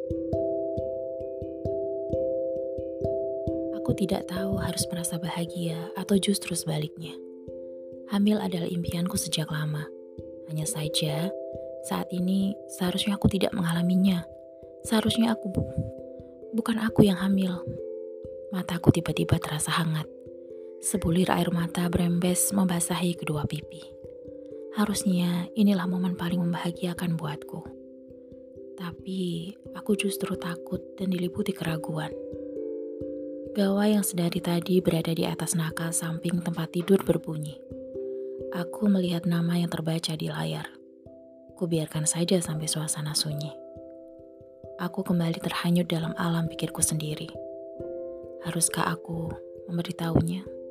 Aku tidak tahu harus merasa bahagia atau justru sebaliknya. Hamil adalah impianku sejak lama. Hanya saja, saat ini seharusnya aku tidak mengalaminya. Seharusnya bukan aku yang hamil. Mataku tiba-tiba terasa hangat. Sebulir air mata berembes membasahi kedua pipi. Harusnya inilah momen paling membahagiakan buatku. Tapi aku justru takut dan diliputi keraguan. Gawai yang sedari tadi berada di atas nakal samping tempat tidur berbunyi. Aku melihat nama yang terbaca di layar. Kubiarkan saja sampai suasana sunyi. Aku kembali terhanyut dalam alam pikirku sendiri. Haruskah aku memberitahunya?